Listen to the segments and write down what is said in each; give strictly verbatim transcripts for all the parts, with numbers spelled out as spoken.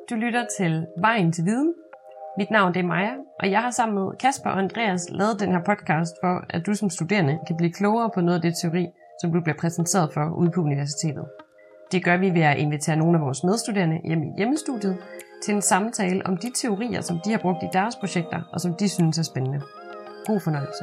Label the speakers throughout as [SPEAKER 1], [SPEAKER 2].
[SPEAKER 1] Du lytter til Vejen til Viden. Mit navn det er Maja, og jeg har sammen med Kasper og Andreas lavet den her podcast for, at du som studerende kan blive klogere på noget af det teori, som du bliver præsenteret for ude på universitetet. Det gør vi ved at invitere nogle af vores medstuderende hjem i hjemmestudiet til en samtale om de teorier, som de har brugt i deres projekter, og som de synes er spændende. God fornøjelse.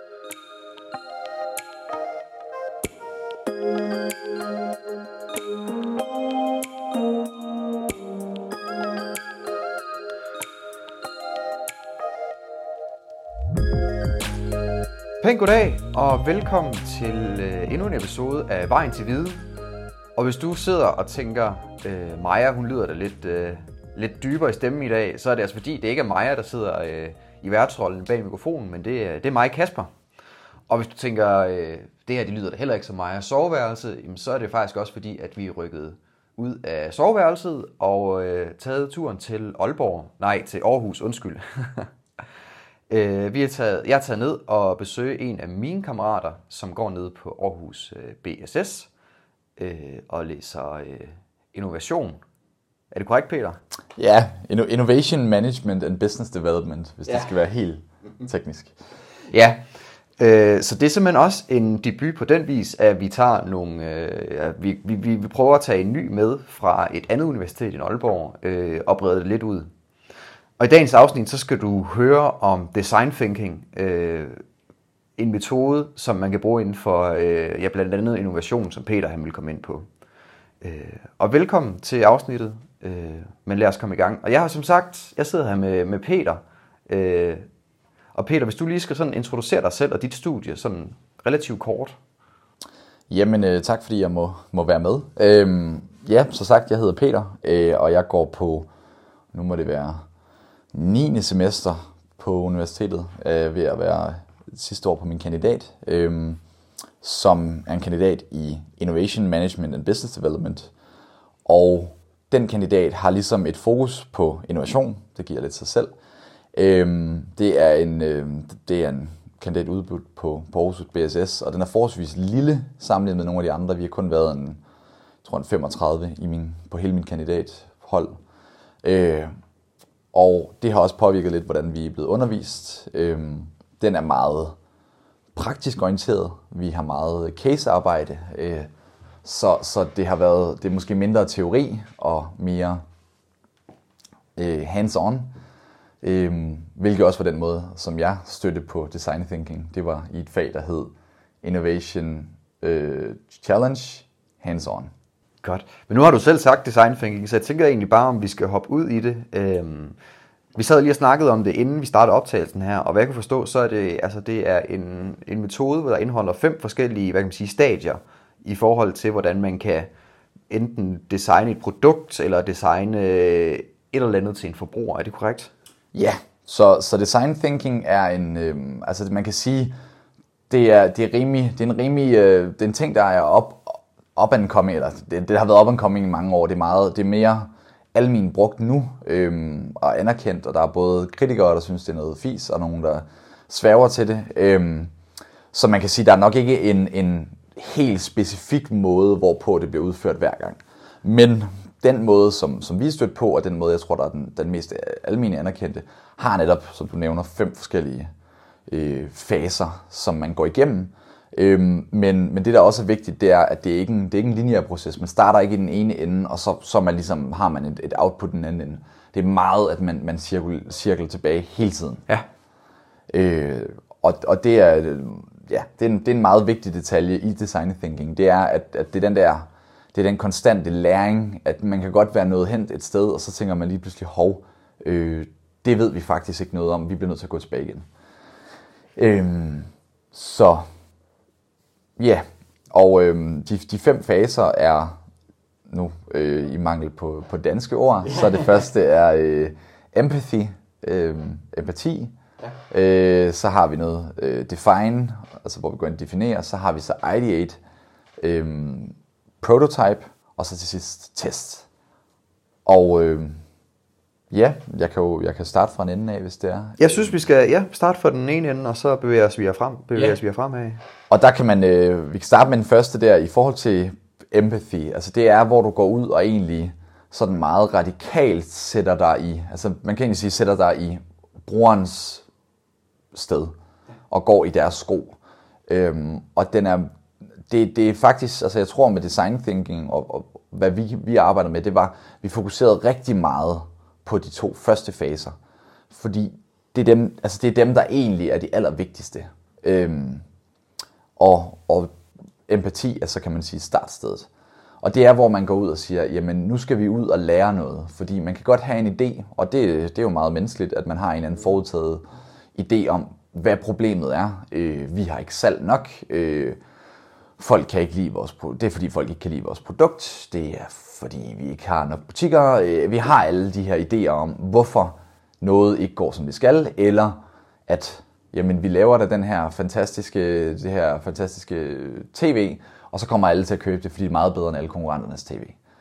[SPEAKER 2] Pænt goddag og velkommen til øh, endnu en episode af Vejen til Viden. Og hvis du sidder og tænker, øh, Maja hun lyder da lidt, øh, lidt dybere i stemmen i dag, så er det altså fordi, det ikke er Maja, der sidder øh, i værtsrollen bag mikrofonen, men det, det er mig, Kasper. Og hvis du tænker, øh, det her de lyder da heller ikke som Majas soveværelse, jamen, så er det faktisk også fordi, at vi er rykket ud af soveværelset og øh, taget turen til Aalborg, nej til Aarhus, undskyld. Uh, vi har taget, jeg har taget ned og besøgt en af mine kammerater, som går ned på Aarhus uh, B S S uh, og læser uh, innovation. Er det korrekt, Peter?
[SPEAKER 3] Ja, Innovation Management and Business Development, hvis ja. Det skal være helt teknisk.
[SPEAKER 2] Ja, uh, så det er simpelthen også en debut på den vis, at vi tager nogle, uh, vi, vi, vi prøver at tage en ny med fra et andet universitet i Aalborg uh, og brede det lidt ud. Og i dagens afsnit, så skal du høre om design thinking, øh, en metode, som man kan bruge inden for øh, ja, blandt andet innovation, som Peter han vil komme ind på. Øh, og velkommen til afsnittet, øh, men lad os komme i gang. Og jeg har som sagt, jeg sidder her med, med Peter. Øh, og Peter, hvis du lige skal sådan introducere dig selv og dit studie sådan relativt kort.
[SPEAKER 3] Jamen øh, tak fordi jeg må, må være med. Øh, ja, så sagt, jeg hedder Peter, øh, og jeg går på, nu må det være niende semester på universitetet, øh, ved at være sidste år på min kandidat, øh, som er en kandidat i Innovation Management and Business Development. Og den kandidat har ligesom et fokus på innovation, det giver lidt sig selv. Øh, det, er en, øh, det er en kandidat udbudt på, på Aarhus B S S, og den er forholdsvis lille sammenlignet med nogle af de andre. Vi har kun været en, jeg tror en femogtredive i min, på hele min kandidathold. Øh, Og det har også påvirket lidt, hvordan vi er blevet undervist. Øhm, den er meget praktisk orienteret. Vi har meget casearbejde. Øh, så så det har været det er måske mindre teori og mere øh, hands-on. Øh, hvilket også var den måde, som jeg stødte på design thinking. Det var i et fag, der hed Innovation øh, Challenge Hands-on.
[SPEAKER 2] Godt. Men nu har du selv sagt design thinking, så jeg tænker egentlig bare, om vi skal hoppe ud i det. Øhm, vi sad lige og snakkede om det, inden vi startede optagelsen her, og hvad jeg kan forstå, så er det, altså det er en, en metode, hvor der indeholder fem forskellige, hvad kan man sige, stadier, i forhold til, hvordan man kan enten designe et produkt, eller designe et eller andet til en forbruger. Er det korrekt?
[SPEAKER 3] Ja, så, så design thinking er en, øh, altså man kan sige, det er, det er, rimelig, det er en rimelig, øh, det er en ting, der er op, up and coming, eller det, det har været up and coming i mange år. Det er meget, det er mere almen brugt nu øhm, og anerkendt, og der er både kritikere, der synes, det er noget fis, og nogen, der sværger til det. Øhm, så man kan sige, der er nok ikke en, en helt specifik måde, hvorpå det bliver udført hver gang. Men den måde, som, som vi er stødt på, og den måde, jeg tror, der er den, den mest almene anerkendte, har netop, som du nævner, fem forskellige øh, faser, som man går igennem. Øhm, men, men det der også er vigtigt, det er, at det ikke er en, det er ikke en lineær proces. Man starter ikke i den ene ende, og så, så man ligesom, har man et, et output i den anden ende. Det er meget, at man, man cirkler, cirkler tilbage hele tiden.
[SPEAKER 2] Ja.
[SPEAKER 3] Øh, og, og det er, ja, det er, en, det er en meget vigtig detalje i design thinking. Det er, at, at det er den der, det er den konstante læring, at man kan godt være nået hen et sted, og så tænker man lige pludselig, hov, øh, det ved vi faktisk ikke noget om, vi bliver nødt til at gå tilbage igen. Øh, så... Ja, yeah. og øhm, de, de fem faser er, nu øh, i mangel på, på danske ord, så det første er øh, empathy, øh, empati, ja. øh, så har vi noget øh, define, altså hvor vi går ind og definerer, så har vi så ideate, øh, prototype, og så til sidst test. Og øh, ja, jeg kan jo jeg kan starte fra en ende af, hvis det er.
[SPEAKER 2] Jeg synes, vi skal ja, starte fra den ene ende, og så bevæger os vi frem, bevæger
[SPEAKER 3] ja.
[SPEAKER 2] os vi fremad.
[SPEAKER 3] Og der kan man, øh, vi kan starte med den første der, i forhold til empathy. Altså det er, hvor du går ud og egentlig sådan meget radikalt sætter dig i, altså man kan egentlig sige, sætter dig i brugerens sted og går i deres sko. Øhm, og den er, det, det er faktisk, altså jeg tror med design thinking og, og hvad vi, vi arbejder med, det var, vi fokuserede rigtig meget på de to første faser. Fordi det er dem, altså det er dem der egentlig er de allervigtigste. Øhm, og, og empati er så kan man sige startstedet. Og det er, hvor man går ud og siger, jamen nu skal vi ud og lære noget. Fordi man kan godt have en idé, og det, det er jo meget menneskeligt, at man har en eller anden forudtaget idé om, hvad problemet er. Øh, vi har ikke salg nok. Øh, folk kan ikke lide vores produkt. Det er, fordi folk ikke kan lide vores produkt. Det er, fordi vi ikke har nok butikker. Øh, vi har alle de her idéer om, hvorfor noget ikke går, som det skal. Eller at jamen, vi laver da den her fantastiske, det her fantastiske tv, og så kommer alle til at købe det, fordi det er meget bedre end alle konkurrenternes tv.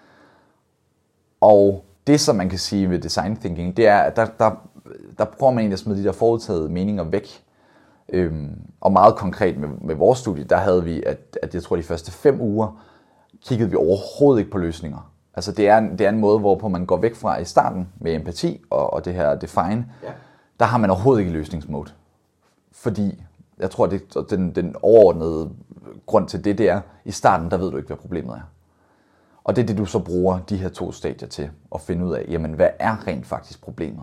[SPEAKER 3] Og det, som man kan sige ved design thinking, det er, at der, der, der prøver man egentlig at smide de der forudtagede meninger væk. Øhm, og meget konkret med, med vores studie, der havde vi, at, at jeg tror de første fem uger, kiggede vi overhovedet ikke på løsninger. Altså det er, det er en måde, hvorpå man går væk fra i starten med empati og, og det her define. Ja. Der har man overhovedet ikke løsningsmode. Fordi jeg tror, det den, den overordnede grund til det, det er, i starten, der ved du ikke, hvad problemet er. Og det er det, du så bruger de her to stadier til at finde ud af, jamen hvad er rent faktisk problemet?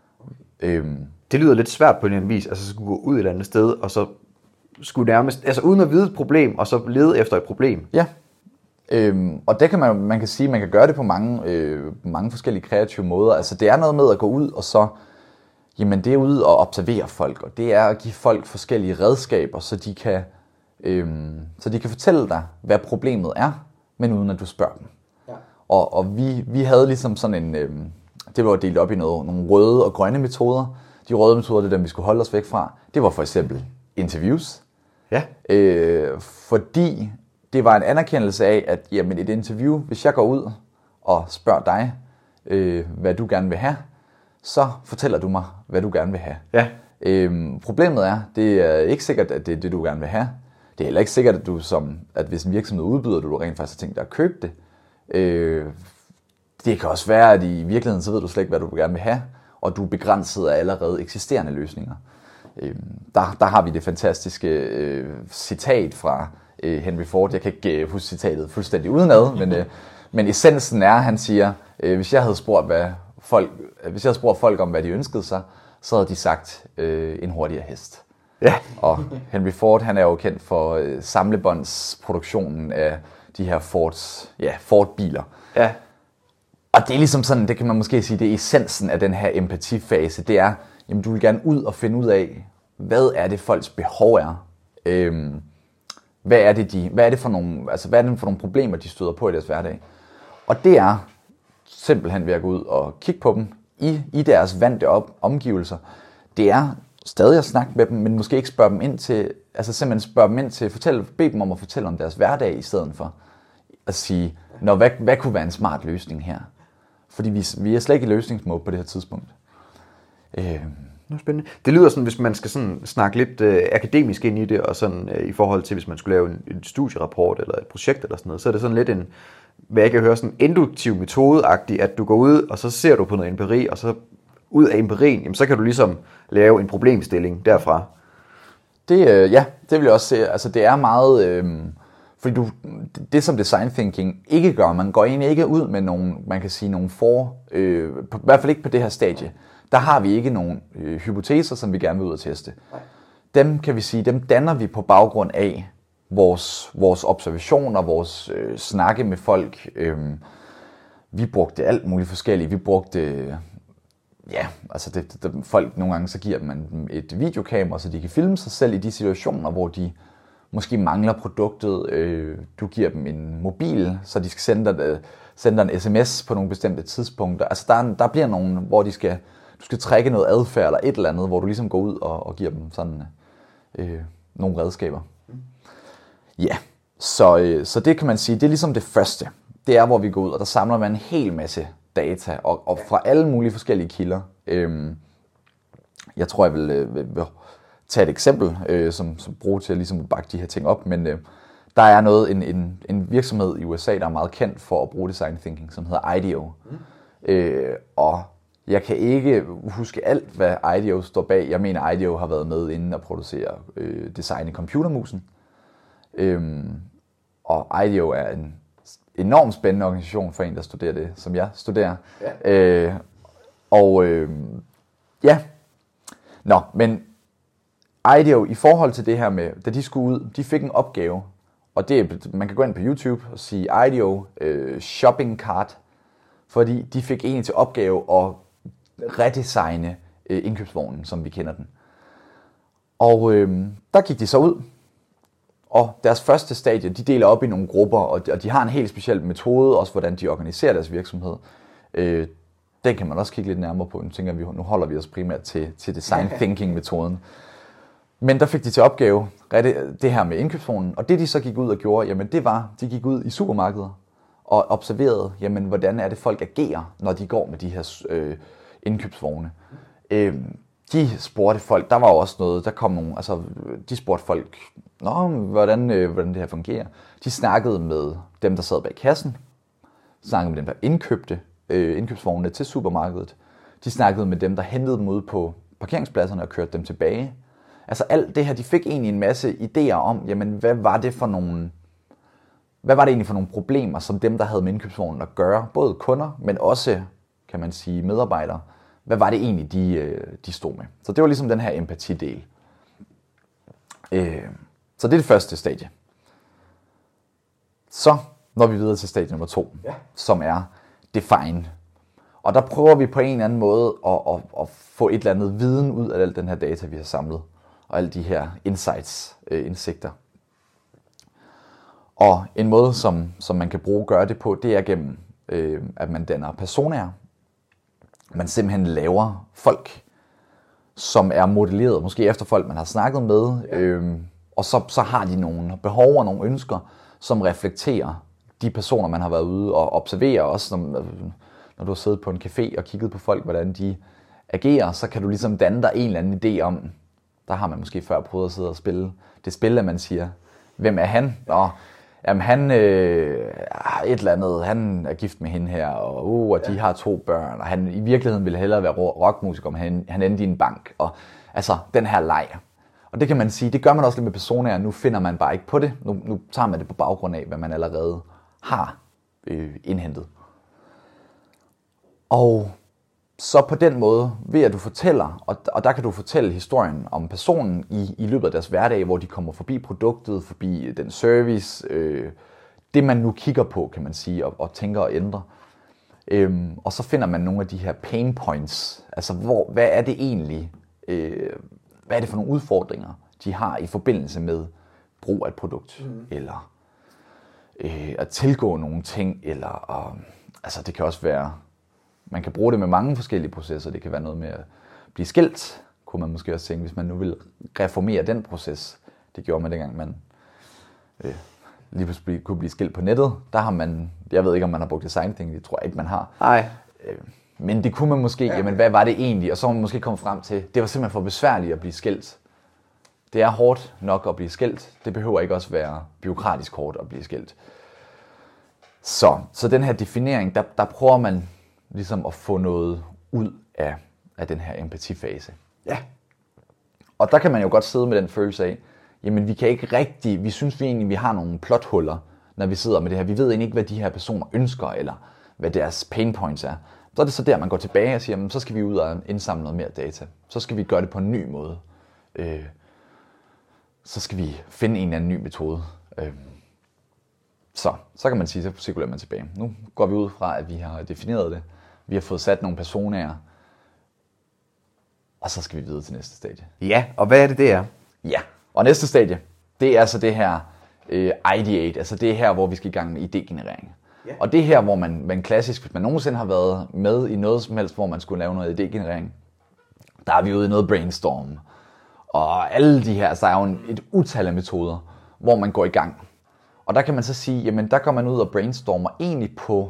[SPEAKER 3] Øhm,
[SPEAKER 2] det lyder lidt svært på en eller anden vis, altså skulle gå ud et eller andet sted, og så skulle nærmest, altså uden at vide et problem, og så lede efter et problem.
[SPEAKER 3] Ja, øhm, og det kan man, man kan sige, man kan gøre det på mange, øh, mange forskellige kreative måder. Altså det er noget med at gå ud, og så, jamen det er ude og observere folk, og det er at give folk forskellige redskaber, så de kan, øhm, så de kan fortælle dig, hvad problemet er, men uden at du spørger dem. Ja. Og, og vi, vi havde ligesom sådan en, øhm, det var delt op i noget, nogle røde og grønne metoder. De røde metoder, det er dem, vi skulle holde os væk fra. Det var for eksempel interviews.
[SPEAKER 2] Ja.
[SPEAKER 3] Øh, fordi det var en anerkendelse af, at jamen, et interview, hvis jeg går ud og spørger dig, øh, hvad du gerne vil have, så fortæller du mig, hvad du gerne vil have.
[SPEAKER 2] Ja.
[SPEAKER 3] Øh, problemet er, det er ikke sikkert, at det er det, du gerne vil have. Det er heller ikke sikkert, at du som, at hvis en virksomhed udbyder, du rent faktisk har tænkt dig at købe det. Øh, det kan også være, at i virkeligheden, så ved du slet ikke, hvad du gerne vil have, og du er begrænset af allerede eksisterende løsninger. Øh, der, der har vi det fantastiske øh, citat fra øh, Henry Ford. Jeg kan ikke øh, huske citatet fuldstændig udenad, men, øh, men essensen er, han siger, øh, hvis jeg havde spurgt, hvad folk, hvis jeg havde spurgt folk om, hvad de ønskede sig, så havde de sagt øh, en hurtigere hest.
[SPEAKER 2] Ja.
[SPEAKER 3] Og Henry Ford, han er jo kendt for øh, samlebåndsproduktionen af de her Fords, ja, Ford-biler.
[SPEAKER 2] Ja.
[SPEAKER 3] Og det er ligesom sådan, det kan man måske sige, det er essensen af den her empatifase. Det er, jamen du vil gerne ud og finde ud af, hvad er det folks behov er. Øhm, hvad er det de, hvad er det for nogle, altså hvad er det for nogle problemer de støder på i deres hverdag. Og det er simpelthen ved at gå ud og kigge på dem i, i deres vante op, omgivelser. Det er stadig at snakke med dem, men måske ikke spørge dem ind til, altså simpelthen spørge dem ind til, fortælle, bede dem om at fortælle om deres hverdag i stedet for at sige, nå, hvad, hvad kunne være en smart løsning her? Fordi vi, vi er slet ikke i løsningsmål på det her tidspunkt.
[SPEAKER 2] Øh. Spændende. Det lyder sådan, hvis man skal sådan snakke lidt øh, akademisk ind i det, og sådan øh, i forhold til, hvis man skulle lave en, en studierapport eller et projekt eller sådan noget, så er det sådan lidt en, hvad jeg kan høre, sådan induktiv metodeagtig, at du går ud, og så ser du på noget empiri, og så ud af empirien, jamen, så kan du ligesom lave en problemstilling derfra.
[SPEAKER 3] Det, øh, ja, det vil jeg også se. Altså det er meget, øh, fordi du, det som design thinking ikke gør, man går egentlig ikke ud med nogle, man kan sige nogle for, øh, på, i hvert fald ikke på det her stadie. Der har vi ikke nogen øh, hypoteser, som vi gerne vil ud og teste. Dem kan vi sige, dem danner vi på baggrund af vores, vores observationer, vores øh, snakke med folk. Øh, vi brugte alt muligt forskelligt. Vi brugte, øh, ja, altså det, det, folk nogle gange så giver man et videokamera, så de kan filme sig selv i de situationer, hvor de måske mangler produktet. Øh, du giver dem en mobil, så de skal sende dig, sende dig en sms på nogle bestemte tidspunkter. Altså der, der bliver nogle, hvor de skal du skal trække noget adfærd eller et eller andet, hvor du ligesom går ud og, og giver dem sådan øh, nogle redskaber. Ja, så, øh, så det kan man sige, det er ligesom det første. Det er, hvor vi går ud, og der samler man en hel masse data, og, og fra alle mulige forskellige kilder. Øhm, jeg tror, jeg vil, øh, vil tage et eksempel, øh, som, som bruger til at ligesom bakke de her ting op, men øh, der er noget, en, en, en virksomhed i U S A, der er meget kendt for at bruge design thinking, som hedder IDEO. Mm. Øh, og jeg kan ikke huske alt, hvad IDEO står bag. Jeg mener, IDEO har været med inden at producere øh, design i computermusen. Øhm, og IDEO er en enormt spændende organisation for en, der studerer det, som jeg studerer. Ja. Øh, og øh, ja, nå, men IDEO i forhold til det her med, da de skulle ud, de fik en opgave, og det, man kan gå ind på YouTube og sige IDEO øh, shopping cart, fordi de fik egentlig til opgave at redesigne øh, indkøbsvognen, som vi kender den. Og øh, der gik de så ud, og deres første stadie, de deler op i nogle grupper, og de, og de har en helt speciel metode, også hvordan de organiserer deres virksomhed. Øh, den kan man også kigge lidt nærmere på. Nu tænker vi, nu holder vi os primært til, til design thinking-metoden. Men der fik de til opgave det her med indkøbsvognen, og det de så gik ud og gjorde, jamen det var, de gik ud i supermarkeder og observerede, jamen hvordan er det folk agerer, når de går med de her øh, indkøbsvogne. Øh, de spurgte folk, der var også noget, der kom nogle, altså de spurgte folk, nå, hvordan, øh, hvordan det her fungerer. De snakkede med dem, der sad bag kassen, snakkede med dem, der indkøbte øh, indkøbsvognene til supermarkedet. De snakkede med dem, der hentede dem ud på parkeringspladserne og kørte dem tilbage. Altså alt det her, de fik egentlig en masse idéer om, jamen hvad var det for nogle, hvad var det egentlig for nogle problemer, som dem, der havde med indkøbsvognen at gøre, både kunder, men også, kan man sige, medarbejdere. Hvad var det egentlig, de, de stod med? Så det var ligesom den her empatidel. Så det er det første stadie. Så når vi videre til stadie nummer to, ja. Som er define. Og der prøver vi på en eller anden måde at, at, at få et eller andet viden ud af al den her data, vi har samlet. Og alle de her insights, øh, indsigter. Og en måde, som, som man kan bruge gøre det på, det er gennem, øh, at man danner personaer. Man simpelthen laver folk, som er modelleret, måske efter folk, man har snakket med. Øh, og så, så har de nogle behov og nogle ønsker, som reflekterer de personer, man har været ude og observere. Også når, når du har siddet på en café og kigget på folk, hvordan de agerer, så kan du ligesom danne dig en eller anden idé om, der har man måske før prøvet at sidde og spille det spil, at man siger, hvem er han? Nå, jamen han øh, et eller andet, han er gift med hende her, og, uh, og de har to børn, og han i virkeligheden ville hellere være rockmusiker, men han, han endte i en bank. Og altså, den her leg. Og det kan man sige, det gør man også lidt med personer, nu finder man bare ikke på det. Nu, nu tager man det på baggrund af, hvad man allerede har øh, indhentet. Og så på den måde, ved at du fortæller, og, og der kan du fortælle historien om personen i, i løbet af deres hverdag, hvor de kommer forbi produktet, forbi den service, øh, det man nu kigger på, kan man sige, og, og tænker at ændre. Øhm, og så finder man nogle af de her pain points, altså hvor, hvad er det egentlig, øh, hvad er det for nogle udfordringer, de har i forbindelse med brug af et produkt, mm. eller øh, at tilgå nogle ting, eller øh, altså det kan også være, man kan bruge det med mange forskellige processer. Det kan være noget med at blive skilt, kunne man måske også tænke, hvis man nu vil reformere den proces. Det gjorde man dengang, man øh, lige pludselig kunne blive skilt på nettet. Der har man, jeg ved ikke, om man har brugt design ting, det tror jeg ikke, man har.
[SPEAKER 2] Nej.
[SPEAKER 3] Øh, men det kunne man måske, ja. Jamen hvad var det egentlig? Og så var man måske kommet frem til, det var simpelthen for besværligt at blive skilt. Det er hårdt nok at blive skilt. Det behøver ikke også være bureaukratisk hårdt at blive skilt. Så, så den her definering, der, der prøver man ligesom at få noget ud af, af den her empatifase.
[SPEAKER 2] Ja.
[SPEAKER 3] Og der kan man jo godt sidde med den følelse af, jamen vi kan ikke rigtig, vi synes vi egentlig, vi har nogle plothuller, når vi sidder med det her. Vi ved egentlig ikke, hvad de her personer ønsker, eller hvad deres pain points er. Så er det så der, man går tilbage og siger, jamen, så skal vi ud og indsamle noget mere data. Så skal vi gøre det på en ny måde. Øh, så skal vi finde en eller anden ny metode. Øh, så, så kan man sige, så cirkulerer man tilbage. Nu går vi ud fra, at vi har defineret det. Vi har fået sat nogle personer, og så skal vi videre til næste stadie.
[SPEAKER 2] Ja, og hvad er det, det er?
[SPEAKER 3] Ja, og næste stadie, det er så det her øh, ideate, altså det er her, hvor vi skal i gang med idégenerering. Yeah. Og det er her, hvor man, man klassisk, hvis man nogensinde har været med i noget som helst, hvor man skulle lave noget idégenerering, der er vi ude i noget brainstorm. Og alle de her, så er jo en, et utal af metoder, hvor man går i gang. Og der kan man så sige, jamen der går man ud og brainstormer egentlig på,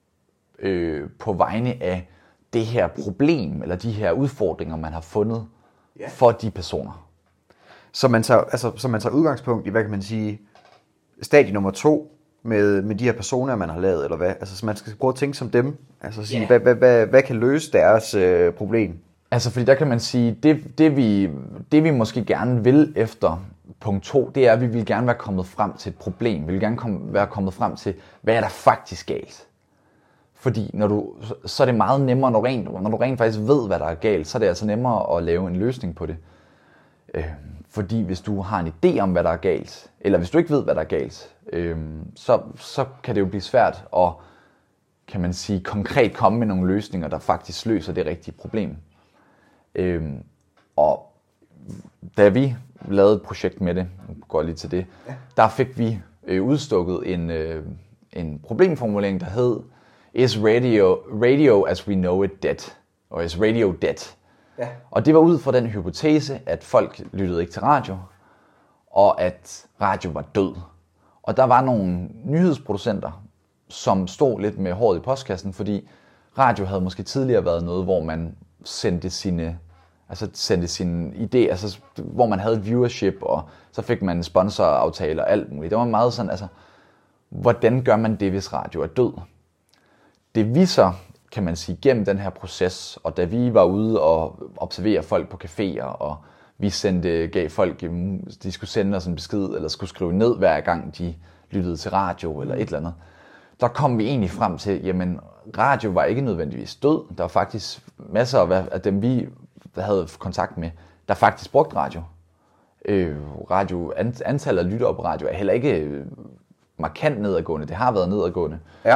[SPEAKER 3] øh, på vegne af det her problem, eller de her udfordringer, man har fundet yeah. for de personer.
[SPEAKER 2] Så man tager, altså, så man tager udgangspunkt i, hvad kan man sige, stadie nummer to med, med de her personer, man har lavet, eller hvad? Altså, så man skal prøve at tænke som dem. Altså, sige,
[SPEAKER 3] Yeah.
[SPEAKER 2] hvad, hvad, hvad, hvad kan løse deres øh, problem?
[SPEAKER 3] Altså, fordi der kan man sige, det, det, vi, det vi måske gerne vil efter punkt to, det er, at vi vil gerne være kommet frem til et problem. Vi vil gerne komme, være kommet frem til, hvad er der faktisk galt? Fordi når du, så er det meget nemmere, når du, rent, når du rent faktisk ved, hvad der er galt, så er det altså nemmere at lave en løsning på det. Øh, fordi hvis du har en idé om, hvad der er galt, eller hvis du ikke ved, hvad der er galt, øh, så, så kan det jo blive svært at, kan man sige, konkret komme med nogle løsninger, der faktisk løser det rigtige problem. Øh, og da vi lavede et projekt med det, nu går jeg lige til det, ja. der fik vi øh, udstukket en, øh, en problemformulering, der hed Is radio, radio as we know it dead? Og is radio dead? Ja. Og det var ud fra den hypotese, at folk lyttede ikke til radio, og at radio var død. Og der var nogle nyhedsproducenter, som stod lidt med håret i postkassen, fordi radio havde måske tidligere været noget, hvor man sendte sine, altså sendte sine idéer, altså hvor man havde et viewership, og så fik man sponsoraftaler og alt muligt. Det var meget sådan, altså, hvordan gør man det, hvis radio er død? Det vi så, kan man sige, gennem den her proces, og da vi var ude og observere folk på caféer, og vi sendte, gav folk, de skulle sende os en besked, eller skulle skrive ned hver gang de lyttede til radio, eller et eller andet, der kom vi egentlig frem til, jamen radio var ikke nødvendigvis død. Der var faktisk masser af dem, vi havde kontakt med, der faktisk brugte radio. Øh, radio antallet af lyttere på radio er heller ikke markant nedadgående. Det har været nedadgående.
[SPEAKER 2] Ja.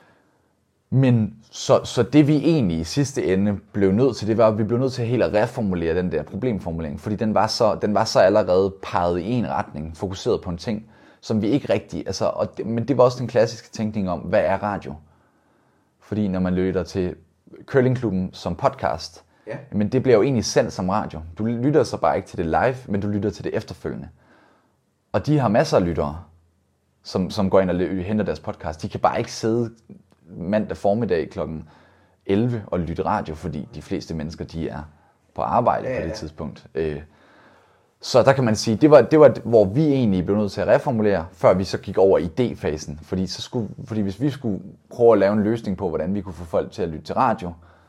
[SPEAKER 3] Men så, så det vi egentlig i sidste ende blev nødt til, det var, at vi blev nødt til helt at reformulere den der problemformulering, fordi den var så, den var så allerede peget i en retning, fokuseret på en ting, som vi ikke rigtig, altså, og det, men det var også den klassiske tænkning om, hvad er radio? Fordi når man lytter til Curlingklubben som podcast, ja. Men det bliver jo egentlig sendt som radio. Du lytter så bare ikke til det live, men du lytter til det efterfølgende. Og de har masser af lyttere, som, som går ind og henter deres podcast. De kan bare ikke sidde mandag formiddag klokken elleve og lytte radio, fordi de fleste mennesker, de er på arbejde ja, ja. på det tidspunkt. Så der kan man sige, det var, det var hvor vi egentlig blev nødt til at reformulere, før vi så gik over i idéfasen. Fordi, så skulle, fordi hvis vi skulle prøve at lave en løsning på, hvordan vi kunne få folk til at lytte til radio,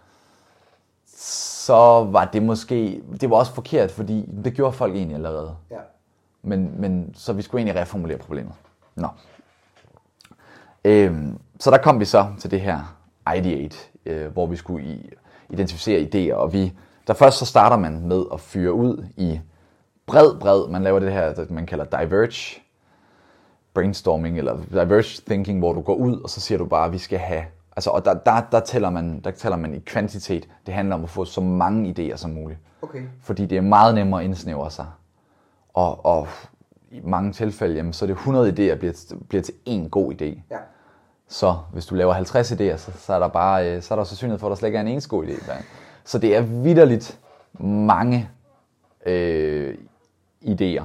[SPEAKER 3] så var det måske, det var også forkert, fordi det gjorde folk egentlig allerede. Ja. Men, men så vi skulle egentlig reformulere problemet. Nå. Øhm, så der kom vi så til det her ideate, øh, hvor vi skulle i, identificere idéer, og vi, der først så starter man med at fyre ud i bred, bred, man laver det her, man kalder diverge brainstorming, eller diverge thinking, hvor du går ud, og så siger du bare, at vi skal have, altså, og der, der, der, tæller man, der tæller man i kvantitet. Det handler om at få så mange idéer som muligt. Okay. Fordi det er meget nemmere at indsnævre sig. Og, og i mange tilfælde, jamen, så er det hundrede idéer bliver, bliver til én god idé. Ja. Så hvis du laver halvtreds idéer, så, så er der bare, så er der sandsynlighed for, at der slet ikke er en eneste god idé. Så det er vitterligt mange øh, idéer.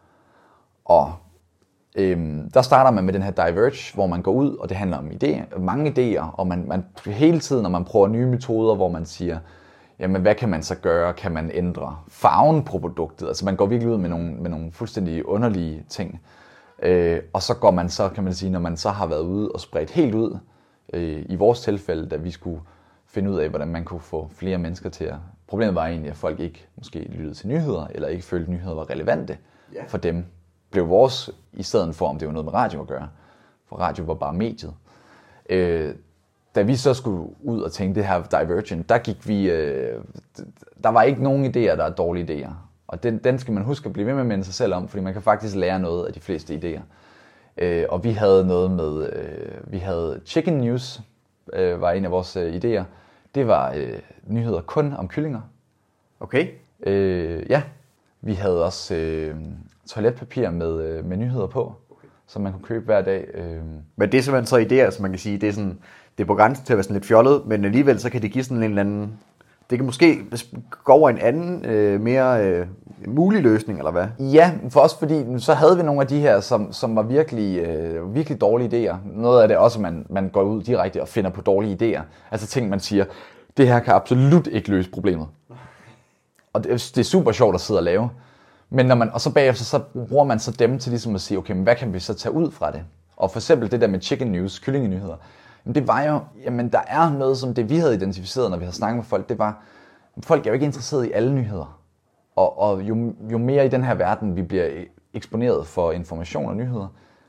[SPEAKER 3] Og øhm, der starter man med den her diverge, hvor man går ud, og det handler om idéer, mange idéer, og man, man hele tiden, når man prøver nye metoder, hvor man siger, jamen hvad kan man så gøre? Kan man ændre farven på produktet? Altså man går virkelig ud med nogle, med nogle fuldstændig underlige ting. Øh, og så går man så, kan man sige, når man så har været ude og spredt helt ud, øh, i vores tilfælde, da vi skulle finde ud af, hvordan man kunne få flere mennesker til at... Problemet var egentlig, at folk ikke måske lyttede til nyheder, eller ikke følte, at nyheder var relevante yeah. for dem. Blev vores, i stedet for, om det var noget med radio at gøre. For radio var bare mediet. Øh, da vi så skulle ud og tænke det her Divergent, der gik vi... Øh, der var ikke nogen idéer, der er dårlige idéer. Og den, den skal man huske at blive ved med at minde sig selv om, fordi man kan faktisk lære noget af de fleste idéer. Øh, og vi havde noget med... Øh, vi havde Chicken News, øh, var en af vores øh, idéer. Det var øh, nyheder kun om kyllinger.
[SPEAKER 2] Okay.
[SPEAKER 3] Øh, ja, vi havde også øh, toiletpapir med, øh, med nyheder på, okay. som man kunne købe hver dag. Øh.
[SPEAKER 2] Men det er simpelthen så idéer, som man kan sige, det er, sådan, det er på grænsen til at være sådan lidt fjollet, men alligevel så kan det give sådan en eller anden... Det kan måske gå over en anden, øh, mere øh, mulig løsning, eller hvad?
[SPEAKER 3] Ja, for os, fordi så havde vi nogle af de her, som, som var virkelig, øh, virkelig dårlige idéer. Noget af det også, at man, man går ud direkte og finder på dårlige idéer. Altså ting, man siger, det her kan absolut ikke løse problemet. Og det, det er super sjovt at sidde og lave. Men når man, og så bagefter, så bruger man så dem til ligesom at sige, okay, men hvad kan vi så tage ud fra det? Og for eksempel det der med chicken news, kyllingenyheder, jamen det var jo, jamen der er noget som det, vi havde identificeret, når vi havde snakket med folk, det var, folk er jo ikke interesseret i alle nyheder. Og, og jo, jo mere i den her verden, vi bliver eksponeret for information og nyheder,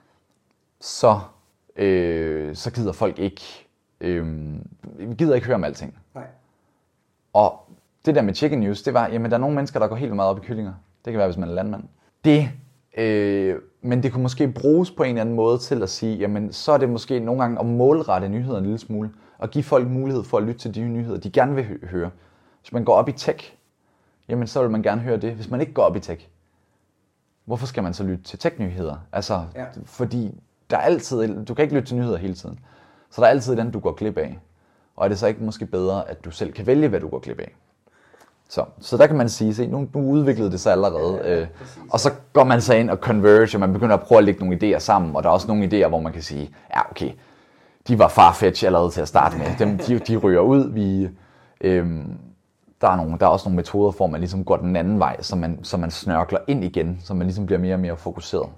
[SPEAKER 3] så, øh, så gider folk ikke, øh, vi gider ikke høre om alting. Nej. Og det der med chicken news, det var, jamen der er nogle mennesker, der går helt meget op i kyllinger. Det kan være, hvis man er landmand. Det, øh, men det kunne måske bruges på en eller anden måde til at sige, jamen så er det måske nogle gange at målrette nyheder en lille smule, og give folk mulighed for at lytte til de nyheder, de gerne vil høre. Hvis man går op i tech, jamen så vil man gerne høre det. Hvis man ikke går op i tech, hvorfor skal man så lytte til tech-nyheder? Altså, ja. Fordi der er altid, du kan ikke lytte til nyheder hele tiden. Så der er altid den, du går glip af. Og er det så ikke måske bedre, at du selv kan vælge, hvad du går glip af? Så, så der kan man sige, se, nu, nu udviklede det sig allerede, ja, ja, øh, og så går man så ind og converge, og man begynder at prøve at lægge nogle idéer sammen, og der er også nogle idéer, hvor man kan sige, ja okay, de var farfetch allerede til at starte med, dem, de, de ryger ud, vi, øhm, der, er nogle, der er også nogle metoder, hvor man ligesom går den anden vej, så man, så man snørkler ind igen, så man ligesom bliver mere og mere fokuseret.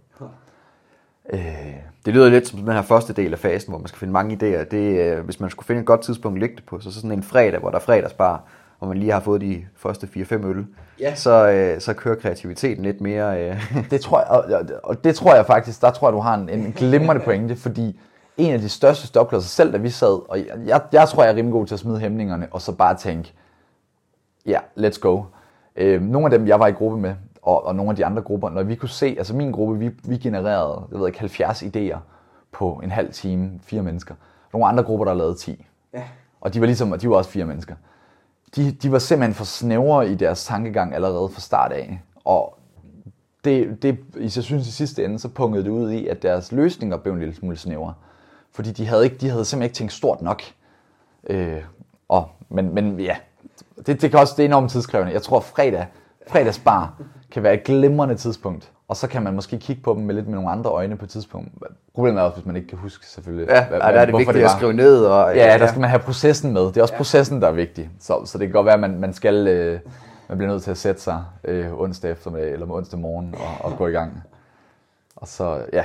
[SPEAKER 2] Øh, det lyder lidt som den her første del af fasen, hvor man skal finde mange idéer. Det, øh, hvis man skulle finde et godt tidspunkt at lægge det på, så sådan en fredag, hvor der er fredagsbar, og man lige har fået de første fire fem øl, ja. så, øh, så kører kreativiteten lidt mere. Øh.
[SPEAKER 3] Det tror jeg, og, og det tror jeg faktisk, der tror jeg, du har en, en glimrende pointe, fordi en af de største stopklodser, selv da vi sad, og jeg, jeg, jeg tror, jeg er rimelig god til at smide hæmningerne, og så bare tænke, ja, yeah, let's go. Øh, nogle af dem, jeg var i gruppe med, og, og nogle af de andre grupper, når vi kunne se, altså min gruppe, vi, vi genererede, jeg ved ikke, halvfjerds idéer på en halv time, fire mennesker. Nogle andre grupper, der lavede ti. Ja. Og de var ligesom, og de var også fire mennesker. De, de var simpelthen for snævre i deres tankegang allerede fra start af. Og det, det, jeg synes i sidste ende, så pungede det ud i, at deres løsninger blev en lille smule snævre. Fordi de havde, ikke, de havde simpelthen ikke tænkt stort nok. Øh, og, men, men ja, det, det kan også, det er enormt tidskrævende. Jeg tror, fredag, fredagsbar kan være et glimrende tidspunkt. Og så kan man måske kigge på dem med lidt med nogle andre øjne på et tidspunkt. Problemet er også, hvis man ikke kan huske selvfølgelig.
[SPEAKER 2] Ja, hvad, der er det vigtigt det at skrive ned. Og,
[SPEAKER 3] ja, ja, der skal man have processen med. Det er også ja. processen, der er vigtig. Så, så det kan godt være, at man, man skal, øh, man bliver nødt til at sætte sig øh, onsdag eftermiddag eller onsdag morgen og, og gå i gang. Og så, ja.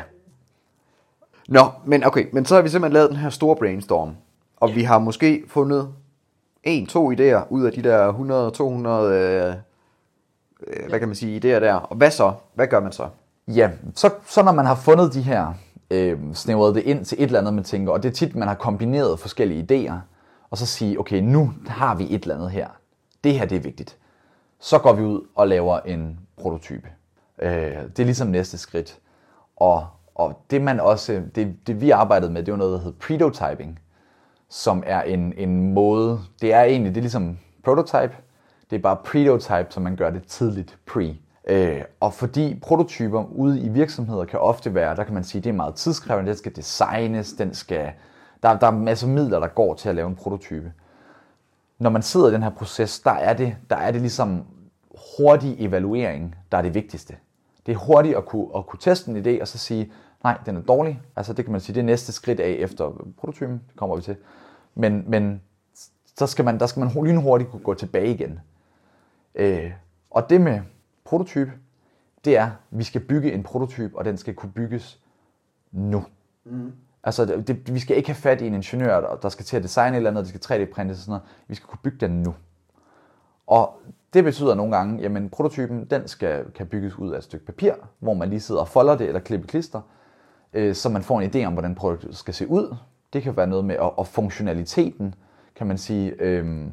[SPEAKER 2] Nå, men okay, men så har vi simpelthen lavet den her store brainstorm. Og ja. vi har måske fundet en, to idéer ud af de der hundrede til to hundrede... Øh, hvad kan man sige, idéer der. Og hvad så? Hvad gør man så?
[SPEAKER 3] Ja, så, så når man har fundet de her, øh, snævret det ind til et eller andet, man tænker, og det er tit, man har kombineret forskellige idéer, og så sige, okay, nu har vi et eller andet her. Det her, det er vigtigt. Så går vi ud og laver en prototype. Øh, det er ligesom næste skridt. Og, og det man også, det, det vi arbejdede med, det var noget, der hedder prototyping, som er en, en måde, det er egentlig, det er ligesom prototype, det er bare prototype, så man gør det tidligt, pre. Øh, og fordi prototyper ude i virksomheder kan ofte være, der kan man sige, det er meget tidskrævende, den skal designes, den skal, der, der er masser af midler, der går til at lave en prototype. Når man sidder i den her proces, der er det, der er det ligesom hurtig evaluering, der er det vigtigste. Det er hurtigt at kunne, at kunne teste en idé og så sige, nej, den er dårlig. Altså det kan man sige, det er næste skridt af efter prototypen, kommer vi til. Men, men så skal man, der skal man lynhurtigt kunne gå tilbage igen. Øh, og det med prototype, det er, at vi skal bygge en prototype, og den skal kunne bygges nu. Mm. Altså, det, vi skal ikke have fat i en ingeniør, der skal til at designe et eller andet, og det skal tre D-printes og sådan noget. Vi skal kunne bygge den nu. Og det betyder nogle gange, jamen prototypen, den skal, kan bygges ud af et stykke papir, hvor man lige sidder og folder det, eller klipper klister, øh, så man får en idé om, hvordan produktet skal se ud. Det kan være noget med, og, og funktionaliteten, kan man sige, øh,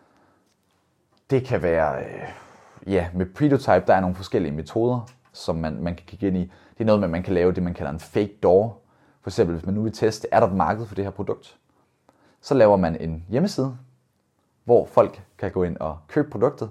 [SPEAKER 3] det kan være, øh, ja, med prototype, der er nogle forskellige metoder, som man, man kan kigge ind i. Det er noget med, at man kan lave det, man kalder en fake door. For eksempel, hvis man nu vil teste, er der et marked for det her produkt? Så laver man en hjemmeside, hvor folk kan gå ind og købe produktet.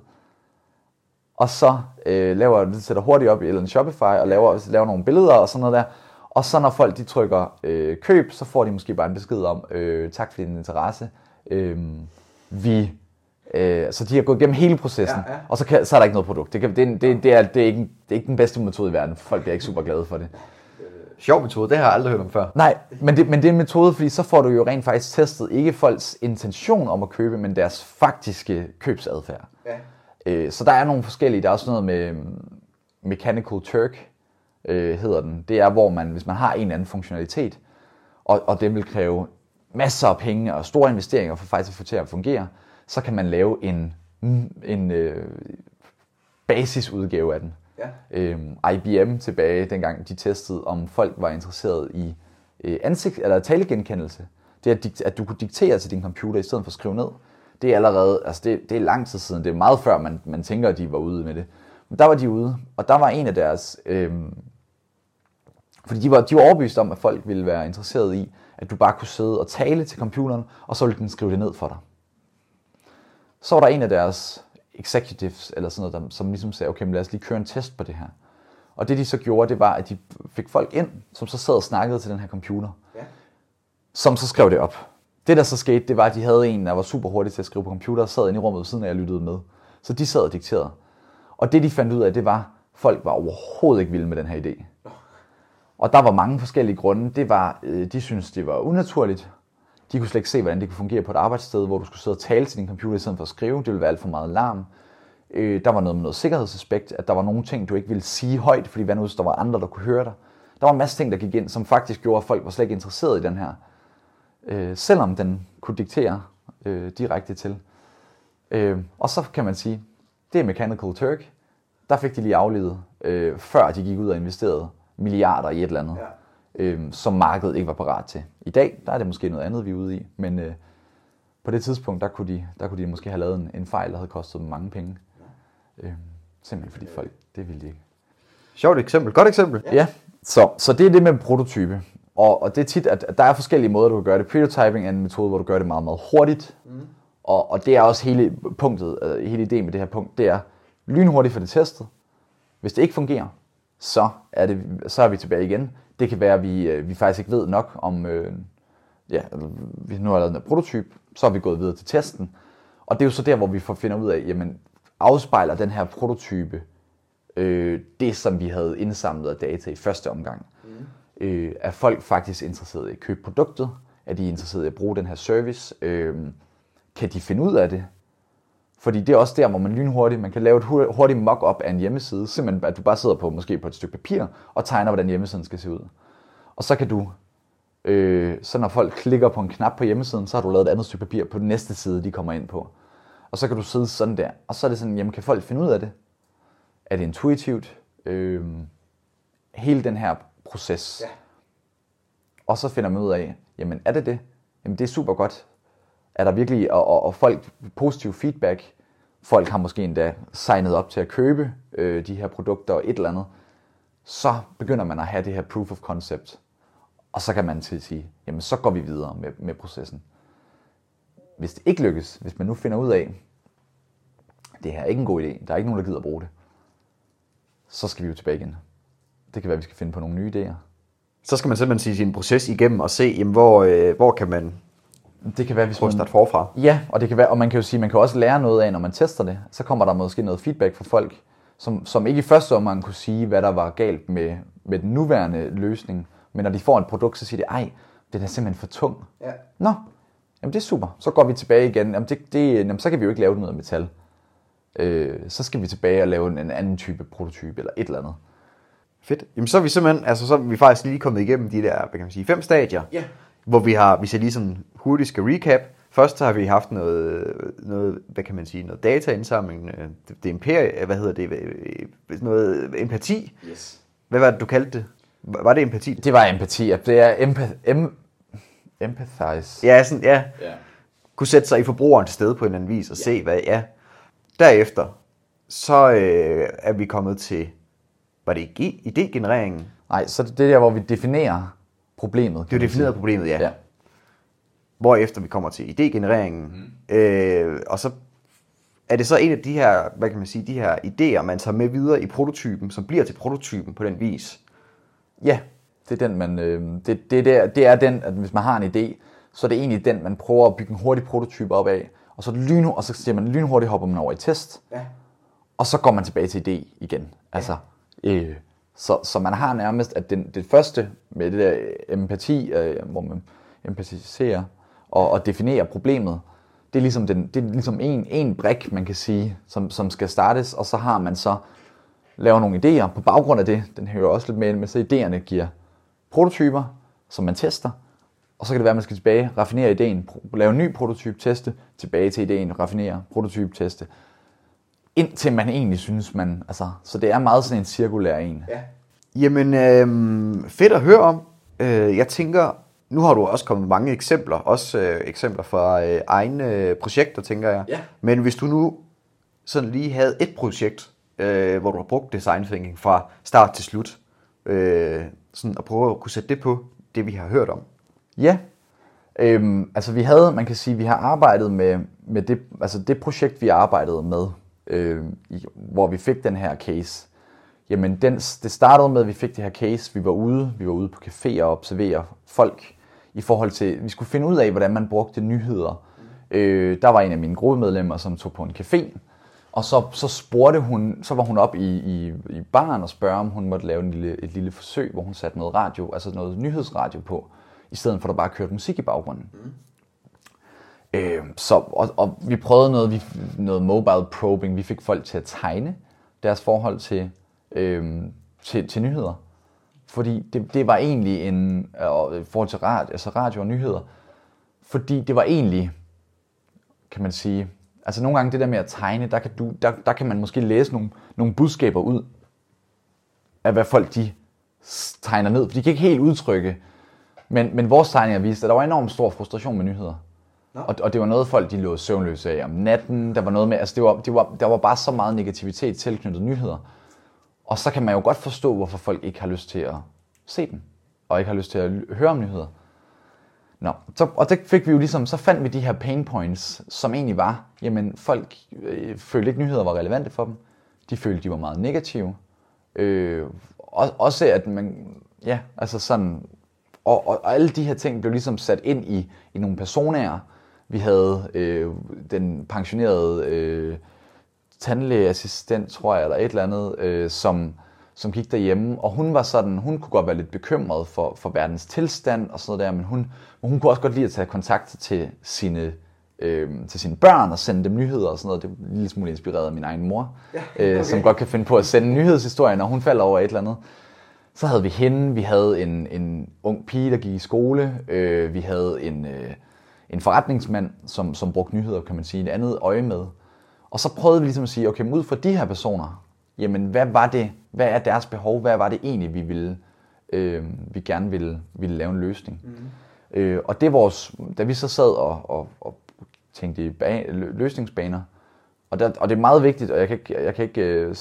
[SPEAKER 3] Og så øh, laver det, sætter hurtigt op i eller en Shopify, og laver, laver nogle billeder og sådan noget der. Og så når folk de trykker øh, køb, så får de måske bare en besked om, øh, tak for din interesse. Øh, vi... Øh, så de har gået igennem hele processen, ja, ja. Og så, kan, så er der ikke noget produkt. Det, kan, det, det, det, er, det, er ikke, det er ikke den bedste metode i verden. Folk bliver ikke super glade for det.
[SPEAKER 2] Sjov metode, det har jeg aldrig hørt om før.
[SPEAKER 3] Nej, men det, men det er en metode, fordi så får du jo rent faktisk testet ikke folks intention om at købe, men deres faktiske købsadfærd. Ja. Øh, så der er nogle forskellige. Der er også noget med, Mechanical Turk øh, hedder den. Det er, hvor man, hvis man har en eller anden funktionalitet, og, og det vil kræve masser af penge og store investeringer for faktisk at få til at fungere, så kan man lave en, en øh, basisudgave af den. Ja. Øhm, I B M tilbage, dengang de testede, om folk var interesseret i øh, ansigt, eller talegenkendelse. Det at, at du kunne diktere til din computer i stedet for at skrive ned. Det er allerede, altså det, det er lang tid siden, det er meget før man, man tænker, at de var ude med det. Men der var de ude, og der var en af deres, øh, fordi de var, de var overbevist om, at folk ville være interesseret i, at du bare kunne sidde og tale til computeren, og så ville den skrive det ned for dig. Så var der en af deres executives, eller sådan noget, der, som ligesom sagde, okay, men lad os lige køre en test på det her. Og det de så gjorde, det var, at de fik folk ind, som så sad og snakkede til den her computer, ja. Som så skrev det op. Det der så skete, det var, at de havde en, der var super hurtig til at skrive på computer, og sad inde i rummet ved siden af, jeg lyttede med. Så de sad og dikterede. Og det de fandt ud af, det var, at folk var overhovedet ikke vilde med den her idé. Og der var mange forskellige grunde. Det var, de syntes, det var unaturligt. De kunne slet ikke se, hvordan det kunne fungere på et arbejdssted, hvor du skulle sidde og tale til din computer i stedet for at skrive. Det ville være alt for meget larm. Der var noget med noget sikkerhedsaspekt, at der var nogle ting, du ikke ville sige højt, fordi hvad nu hvis der var andre, der kunne høre dig. Der var en masse ting, der gik ind, som faktisk gjorde, at folk var slet ikke interesseret i den her. Selvom den kunne diktere direkte til. Og så kan man sige, det er Mechanical Turk. Der fik de lige aflevet, før de gik ud og investerede milliarder i et eller andet. Ja. Øhm, som markedet ikke var parat til. I dag, der er det måske noget andet, vi er ude i, men øh, på det tidspunkt, der kunne, de, der kunne de måske have lavet en, en fejl, der havde kostet dem mange penge. Ja. Øhm, simpelthen fordi folk, det ville de ikke.
[SPEAKER 2] Sjovt eksempel, godt eksempel.
[SPEAKER 3] Ja, ja. Så, så det er det med prototype. Og, og det er tit, at, at der er forskellige måder, du kan gøre det. Prototyping er en metode, hvor du gør det meget, meget hurtigt. Mm. Og, og det er også hele punktet, øh, hele ideen med det her punkt, det er lynhurtigt for det testet. Hvis det ikke fungerer, så er, det, så er vi tilbage igen. Det kan være, at vi, vi faktisk ikke ved nok om, øh, ja, vi nu har lavet en prototype, så er vi gået videre til testen. Og det er jo så der, hvor vi får finder ud af, jamen, afspejler den her prototype øh, det, som vi havde indsamlet af data i første omgang. Mm. Øh, er folk faktisk interesseret i at købe produktet? Er de interesseret i at bruge den her service? Øh, kan de finde ud af det? Fordi det er også der, hvor man lynhurtigt, man kan lave et hurtigt mock-up af en hjemmeside, simpelthen at du bare sidder på måske på et stykke papir og tegner, hvordan hjemmesiden skal se ud. Og så kan du, øh, så når folk klikker på en knap på hjemmesiden, så har du lavet et andet stykke papir på den næste side, de kommer ind på. Og så kan du sidde sådan der, og så er det sådan, jamen kan folk finde ud af det? Er det intuitivt? Øh, hele den her proces. Ja. Og så finder man ud af, jamen er det det? Jamen det er super godt. Er der virkelig, og, og, og folk, positiv feedback, folk har måske endda signet op til at købe øh, de her produkter og et eller andet, så begynder man at have det her proof of concept, og så kan man til at sige, jamen så går vi videre med, med processen. Hvis det ikke lykkes, hvis man nu finder ud af, det her er ikke en god idé, der er ikke nogen, der gider at bruge det, så skal vi jo tilbage igen. Det kan være, at vi skal finde på nogle nye idéer.
[SPEAKER 2] Så skal man simpelthen sige sin proces igennem og se, jamen, hvor, øh, hvor kan man
[SPEAKER 3] det kan være, hvis man
[SPEAKER 2] starte forfra.
[SPEAKER 3] Ja, og det kan være, og man kan jo sige, man kan også lære noget af, når man tester det. Så kommer der måske noget feedback fra folk, som, som ikke i første omgang kunne sige, hvad der var galt med, med den nuværende løsning. Men når de får et produkt, så siger de, ej, det er simpelthen for tung. Ja. Nå, jamen det er super. Så går vi tilbage igen. Jamen, det, det, jamen så kan vi jo ikke lave noget af metal. Øh, så skal vi tilbage og lave en, en anden type prototype eller et eller andet.
[SPEAKER 2] Fedt. Jamen så er vi simpelthen, altså så er vi faktisk lige kommet igennem de der, hvad kan man sige, fem stadier. Ja. Hvor vi har, hvis jeg lige sådan hurtigt skal recap. Først har vi haft noget, noget hvad kan man sige, noget dataindsamling, det, det empiri, hvad hedder det, noget empati. Yes. Hvad var det, du kaldte det? Var det empati?
[SPEAKER 3] Det var empati, det er empath, em, empathize.
[SPEAKER 2] Ja, sådan, ja. Yeah. Kunne sætte sig i forbrugeren til stede på en eller anden vis og yeah. se, hvad, ja. Derefter, så øh, er vi kommet til, var det idégenereringen?
[SPEAKER 3] Nej, så det er der, hvor vi definerer problemet.
[SPEAKER 2] Det er defineret problemet, ja. ja. Hvorefter vi kommer til idégenereringen. Mm. Øh, og så er det så en af de her, hvad kan man sige, de her idéer, man tager med videre i prototypen, som bliver til prototypen på den vis.
[SPEAKER 3] Ja, det er den, man, øh, det, det, der, det er den, at hvis man har en idé, så er det egentlig den, man prøver at bygge en hurtig prototype op af, og så, lyn, og så siger man lynhurtigt hopper man over i test, ja. Og så går man tilbage til idé igen. Altså, ja. øh, så, så man har nærmest, at den, det første med det der empati, øh, hvor man empatiserer og, og definerer problemet, det er ligesom, den, det er ligesom en, en brik, man kan sige, som, som skal startes, og så har man så laver nogle idéer. På baggrund af det, den hører også lidt med, men så idéerne giver prototyper, som man tester. Og så kan det være, at man skal tilbage, raffinere ideen, lave en ny prototype, teste, tilbage til ideen, raffinere, prototype, teste. Indtil man egentlig synes, man... Altså, så det er meget sådan en cirkulær en.
[SPEAKER 2] Ja. Jamen, øh, fedt at høre om. Øh, jeg tænker, nu har du også kommet mange eksempler, også øh, eksempler fra øh, egne øh, projekter, tænker jeg.
[SPEAKER 3] Ja.
[SPEAKER 2] Men hvis du nu sådan lige havde et projekt, øh, hvor du har brugt design thinking fra start til slut, øh, sådan at prøve at kunne sætte det på det, vi har hørt om.
[SPEAKER 3] Ja, øhm, altså vi havde, man kan sige, vi har arbejdet med, med det, altså det projekt, vi arbejdede med, øh, i, hvor vi fik den her case. Jamen, den, det startede med, at vi fik det her case, vi var ude, vi var ude på caféer og observere folk i forhold til, vi skulle finde ud af, hvordan man brugte nyheder. Mm. Øh, der var en af mine gruppemedlemmer, som tog på en café, og så, så spurgte hun, så var hun op i, i, i baren og spørge, om hun måtte lave en lille, et lille forsøg, hvor hun satte noget radio, altså noget nyhedsradio på, i stedet for at der bare kørte musik i baggrunden. Mm. Øh, så, og, og vi prøvede noget, vi, noget mobile probing, vi fik folk til at tegne deres forhold til, øh, til, til nyheder. Fordi det, det var egentlig en, øh, i forhold til radio, altså radio og nyheder, fordi det var egentlig, kan man sige, altså nogle gange det der med at tegne, der kan, du, der, der kan man måske læse nogle, nogle budskaber ud af, hvad folk de tegner ned, for de kan ikke helt udtrykke. Men, men vores tegninger viste, at der var enormt stor frustration med nyheder. No. Og, og det var noget, folk de lå søvnløse af om natten. Der var noget med, altså det var, det var, der var bare så meget negativitet tilknyttet nyheder. Og så kan man jo godt forstå, hvorfor folk ikke har lyst til at se dem. Og ikke har lyst til at høre om nyheder. Nå, så, og det fik vi jo ligesom, så fandt vi de her pain points, som egentlig var, jamen folk øh, følte ikke, nyheder var relevante for dem. De følte, de var meget negative. Øh, og, også at man, ja, altså sådan... Og, og, og alle de her ting blev ligesom sat ind i, i nogle personaer. Vi havde øh, den pensionerede øh, tandlægeassistent, tror jeg, eller et eller andet, øh, som, som gik derhjemme. Og hun var sådan, hun kunne godt være lidt bekymret for, for verdens tilstand og sådan noget der, men hun, hun kunne også godt lide at tage kontakt til sine, øh, til sine børn og sende dem nyheder og sådan noget. Det er en lille smule inspireret af min egen mor, ja, okay. øh, som godt kan finde på at sende nyhedshistorier, når hun falder over et eller andet. Så havde vi hende, vi havde en, en ung pige, der gik i skole, øh, vi havde en, øh, en forretningsmand, som, som brugte nyheder, kan man sige, et andet øje med. Og så prøvede vi ligesom at sige, okay, ud fra de her personer, jamen hvad var det, hvad er deres behov, hvad var det egentlig, vi ville, øh, vi gerne ville, ville lave en løsning. Mm. Øh, og det vores, da vi så sad og, og, og tænkte i bag, løsningsbaner, og, der, og det er meget vigtigt, og jeg kan ikke, jeg kan ikke øh,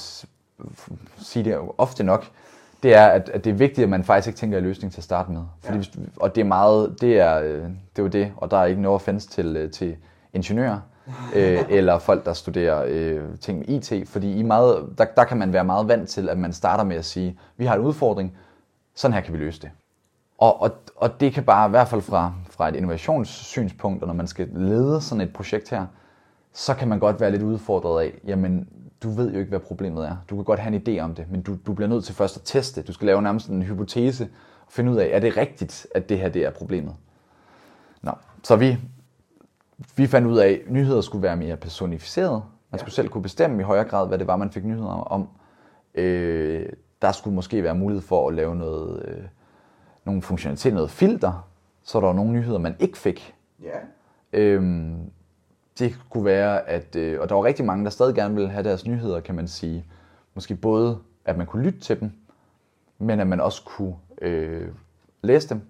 [SPEAKER 3] sige det ofte nok, det er, at, at det er vigtigt, at man faktisk ikke tænker i løsning til at starte med. Fordi, ja. hvis, og det er meget, det er, det er jo det, og der er ikke noget offense til, til ingeniører, øh, eller folk, der studerer øh, ting med I T, fordi i meget, der, der kan man være meget vant til, at man starter med at sige, vi har en udfordring, sådan her kan vi løse det. Og, og, og det kan bare, i hvert fald fra, fra et innovationssynspunkt, og når man skal lede sådan et projekt her, så kan man godt være lidt udfordret af, jamen, du ved jo ikke, hvad problemet er. Du kan godt have en idé om det, men du, du bliver nødt til først at teste. Du skal lave nærmest en hypotese og finde ud af, er det rigtigt, at det her det er problemet. Nå, så vi, vi fandt ud af, at nyheder skulle være mere personificeret. Man skulle selv kunne bestemme i højere grad, hvad det var, man fik nyheder om. Øh, der skulle måske være mulighed for at lave noget, øh, nogle funktionalitet, noget filter, så der var nogle nyheder, man ikke fik.
[SPEAKER 2] Ja.
[SPEAKER 3] Øh, Det kunne være, at, øh, og der var rigtig mange, der stadig gerne ville have deres nyheder, kan man sige. Måske både, at man kunne lytte til dem, men at man også kunne øh, læse dem.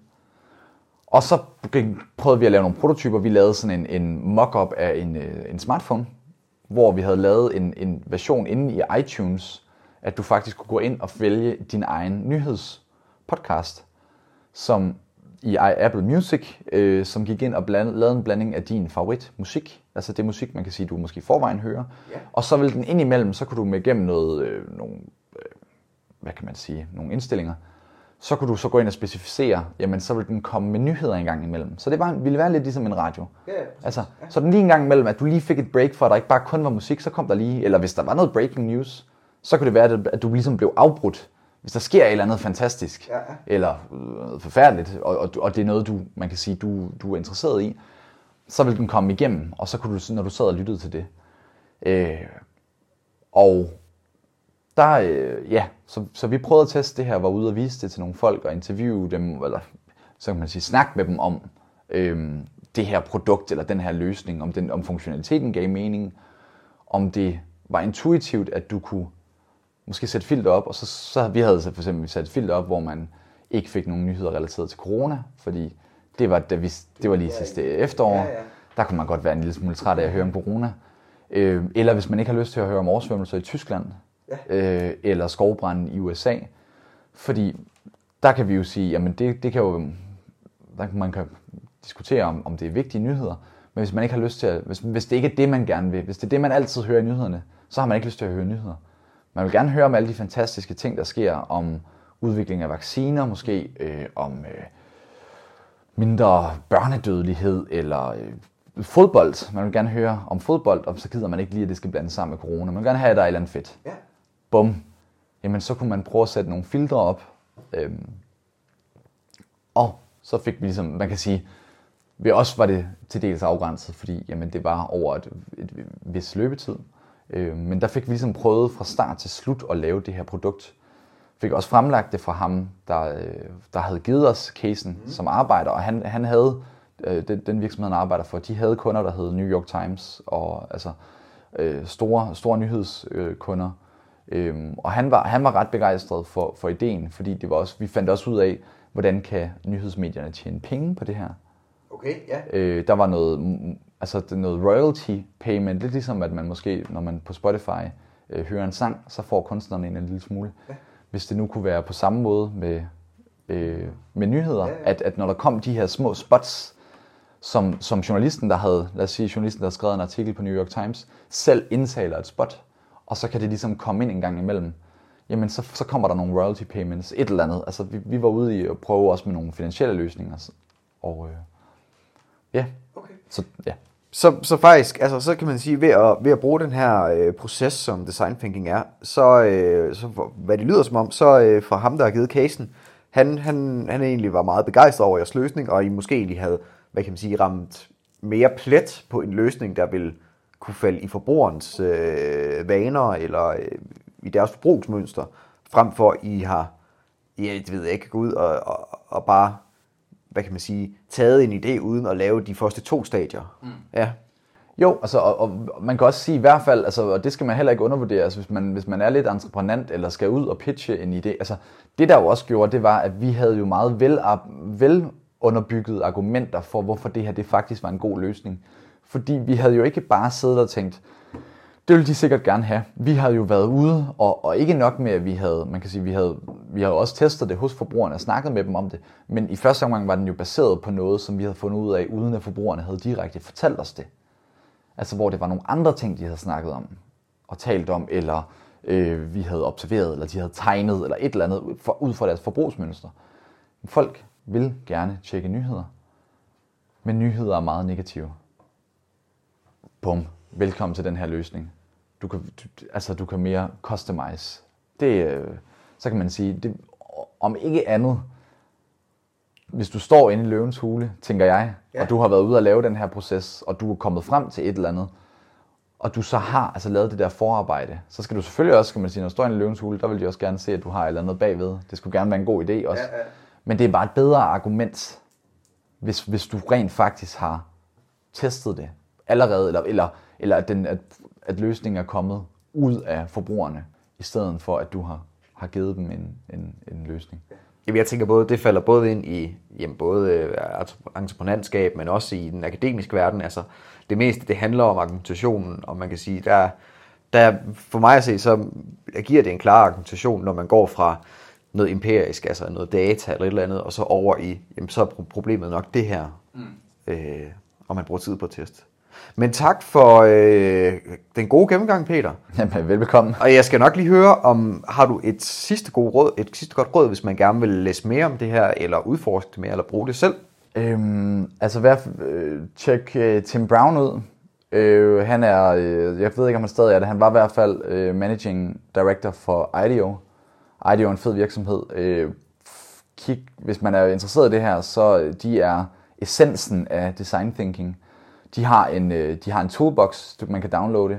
[SPEAKER 3] Og så prøvede vi at lave nogle prototyper. Vi lavede sådan en, en mock-up af en, øh, en smartphone, hvor vi havde lavet en, en version inde i iTunes, at du faktisk kunne gå ind og vælge din egen nyhedspodcast, som i Apple Music, øh, som gik ind og bland, lavede en blanding af din favoritmusik. Altså det musik, man kan sige, du måske i forvejen hører. Yeah. Og så vil den indimellem, så kunne du med gennem noget, øh, nogle, øh, hvad kan man sige, nogle indstillinger, så kunne du så gå ind og specificere, jamen så vil den komme med nyheder en gang imellem. Så det var, ville være lidt ligesom en radio. Yeah, altså, yeah. Så den lige en gang imellem, at du lige fik et break for, at der ikke bare kun var musik, så kom der lige, eller hvis der var noget breaking news, så kunne det være, at du ligesom blev afbrudt. Hvis der sker et eller andet fantastisk, ja. eller øh, forfærdeligt, og, og, og det er noget, du, man kan sige, du, du er interesseret i, så vil den komme igennem, og så kunne du, når du sad og lyttede til det. Øh, og der, øh, ja, så, så vi prøvede at teste det her, var ude og vise det til nogle folk og interviewe dem, eller så kan man sige, snakke med dem om øh, det her produkt eller den her løsning, om, den, om funktionaliteten gav mening, om det var intuitivt, at du kunne måske sætte filter op, og så, så vi havde så for eksempel sat filter op, hvor man ikke fik nogen nyheder relateret til corona, fordi det var, da vi, det var lige sidste efterår, ja, ja. Der kunne man godt være en lille smule træt af at høre om corona. Øh, eller hvis man ikke har lyst til at høre om oversvømmelser i Tyskland, ja. øh, eller skovbranden i U S A, fordi der kan vi jo sige, jamen det, det kan jo, der kan man kan diskutere om, om det er vigtige nyheder, men hvis man ikke har lyst til at, hvis, hvis det ikke er det, man gerne vil, hvis det er det, man altid hører i nyhederne, så har man ikke lyst til at høre nyheder. Man vil gerne høre om alle de fantastiske ting, der sker, om udvikling af vacciner, måske øh, om øh, mindre børnedødelighed, eller øh, fodbold. Man vil gerne høre om fodbold, og så gider man ikke lige, at det skal blandes sammen med corona. Man vil gerne have, at der er et eller andet fedt. Ja. Bum. Jamen, så kunne man prøve at sætte nogle filtre op. Øhm, og så fik vi ligesom, man kan sige, ved os var det til dels afgrænset, fordi jamen, det var over et, et, et vis løbetid. Øh, men der fik vi ligesom prøvet fra start til slut at lave det her produkt. Fik også fremlagt det fra ham, der, der havde givet os casen mm. som arbejder, og han, han havde, øh, den, den virksomhed han arbejder for, de havde kunder, der hed New York Times, og altså øh, store, store nyhedskunder. Øh, og han var, han var ret begejstret for, for ideen, fordi det var også, vi fandt også ud af, hvordan kan nyhedsmedierne tjene penge på det her.
[SPEAKER 2] Okay, ja.
[SPEAKER 3] Øh, der var noget, altså noget royalty payment, lidt ligesom at man måske, når man på Spotify øh, hører en sang, så får kunstneren en, en lille smule. Ja. Hvis det nu kunne være på samme måde med, øh, med nyheder, ja, ja. At, at når der kom de her små spots, som, som journalisten, der havde, lad os sige, journalisten, der havde skrevet en artikel på New York Times, selv indtaler et spot, og så kan det ligesom komme ind en gang imellem, jamen så, så kommer der nogle royalty payments, et eller andet. Altså vi, vi var ude i at prøve også med nogle finansielle løsninger, og øh, ja, okay. så ja.
[SPEAKER 2] Så, så faktisk, altså så kan man sige, ved at, ved at bruge den her øh, proces, som design thinking er, så, øh, så for, hvad det lyder som om, så øh, fra ham, der har givet casen, han, han, han egentlig var meget begejstret over jeres løsning, og I måske egentlig havde, hvad kan man sige, ramt mere plet på en løsning, der ville kunne falde i forbrugerens øh, vaner, eller øh, i deres forbrugsmønster, frem for I har, ja, det ved jeg ikke, gå ud og, og, og bare, hvad kan man sige, taget en idé uden at lave de første to stadier. Mm. Ja.
[SPEAKER 3] Jo, altså, og, og man kan også sige i hvert fald, altså, og det skal man heller ikke undervurdere, altså, hvis, man, hvis man er lidt entreprenant eller skal ud og pitche en idé. Altså, det der jo også gjorde, det var, at vi havde jo meget vel, vel underbyggede argumenter for, hvorfor det her det faktisk var en god løsning. Fordi vi havde jo ikke bare siddet og tænkt, det ville de sikkert gerne have. Vi havde jo været ude, og, og ikke nok med, at vi havde, man kan sige, vi havde, vi havde også testet det hos forbrugerne og snakket med dem om det. Men i første omgang var den jo baseret på noget, som vi havde fundet ud af, uden at forbrugerne havde direkte fortalt os det. Altså hvor det var nogle andre ting, de havde snakket om og talt om, eller øh, vi havde observeret, eller de havde tegnet, eller et eller andet for, ud fra deres forbrugsmønster. Folk vil gerne tjekke nyheder, men nyheder er meget negative. Bum. Velkommen til den her løsning. Du kan, du, altså, du kan mere customize. Det, øh, så kan man sige, det, om ikke andet, hvis du står inde i løvens hule, tænker jeg, ja. Og du har været ude at lave den her proces, og du er kommet frem til et eller andet, og du så har altså lavet det der forarbejde, så skal du selvfølgelig også, kan man sige, når du står inde i løvens hule, der vil de også gerne se, at du har et eller andet bagved. Det skulle gerne være en god idé også. Ja, ja. Men det er bare et bedre argument, hvis, hvis du rent faktisk har testet det allerede, eller, eller, eller at, den, at, at løsningen er kommet ud af forbrugerne, i stedet for at du har, har givet dem en, en, en løsning.
[SPEAKER 2] Jamen, jeg tænker både, det falder både ind i jamen, både entreprenantskab, men også i den akademiske verden. Altså, det meste, det handler om argumentationen, og man kan sige, der, der for mig at se, så giver det en klar argumentation, når man går fra noget empirisk, altså noget data eller et eller andet, og så over i, jamen, så er problemet nok det her, mm. øh, og man bruger tid på at teste. Men tak for øh, den gode gennemgang, Peter.
[SPEAKER 3] Jamen, velbekomme.
[SPEAKER 2] Og jeg skal nok lige høre, om har du et sidste, god råd, et sidste godt råd, hvis man gerne vil læse mere om det her, eller udforske det mere, eller bruge det selv?
[SPEAKER 3] Øhm, altså, hvad, øh, tjek øh, Tim Brown ud. Øh, han er, øh, jeg ved ikke, om han stadig er det, han var i hvert fald øh, Managing Director for IDEO. IDEO er en fed virksomhed. Øh, kig, hvis man er interesseret i det her, så de er essensen af design thinking. De har en, de har en toolbox, man kan downloade,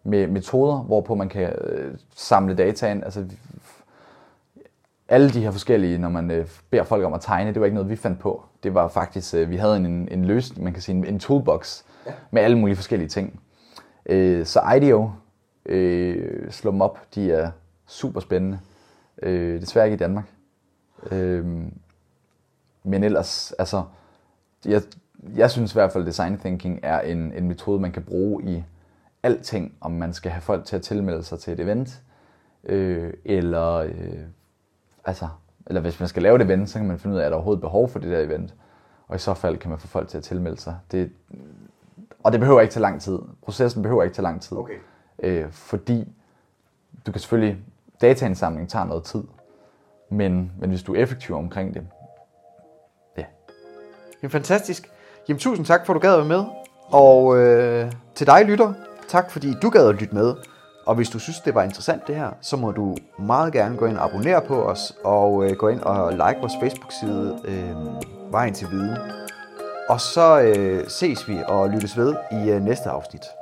[SPEAKER 3] med metoder, hvorpå man kan øh, samle data ind. Altså, alle de her forskellige, når man øh, beder folk om at tegne, det var ikke noget, vi fandt på. Det var faktisk, øh, vi havde en, en løsning, man kan sige en, en toolbox ja. med alle mulige forskellige ting. Øh, så IDEO, øh, slå dem op, de er super spændende. Øh, desværre ikke i Danmark. Øh, men ellers, altså, jeg, jeg synes i hvert fald, design thinking er en, en metode, man kan bruge i alting, om man skal have folk til at tilmelde sig til et event, øh, eller, øh, altså, eller hvis man skal lave et event, så kan man finde ud af, er der overhovedet behov for det der event, og i så fald kan man få folk til at tilmelde sig. Det, og det behøver ikke tage lang tid. Processen behøver ikke tage lang tid, okay. øh, fordi du kan selvfølgelig, dataindsamling tager noget tid, men, men hvis du er effektiv omkring det, ja.
[SPEAKER 2] Det er fantastisk. Jamen tusind tak for, at du gad at være med. Og øh, til dig, lytter, tak fordi du gad at lytte med. Og hvis du synes, det var interessant det her, så må du meget gerne gå ind og abonnere på os, og øh, gå ind og like vores Facebook-side, øh, Vejen til Viden. Og så øh, ses vi og lyttes ved i øh, næste afsnit.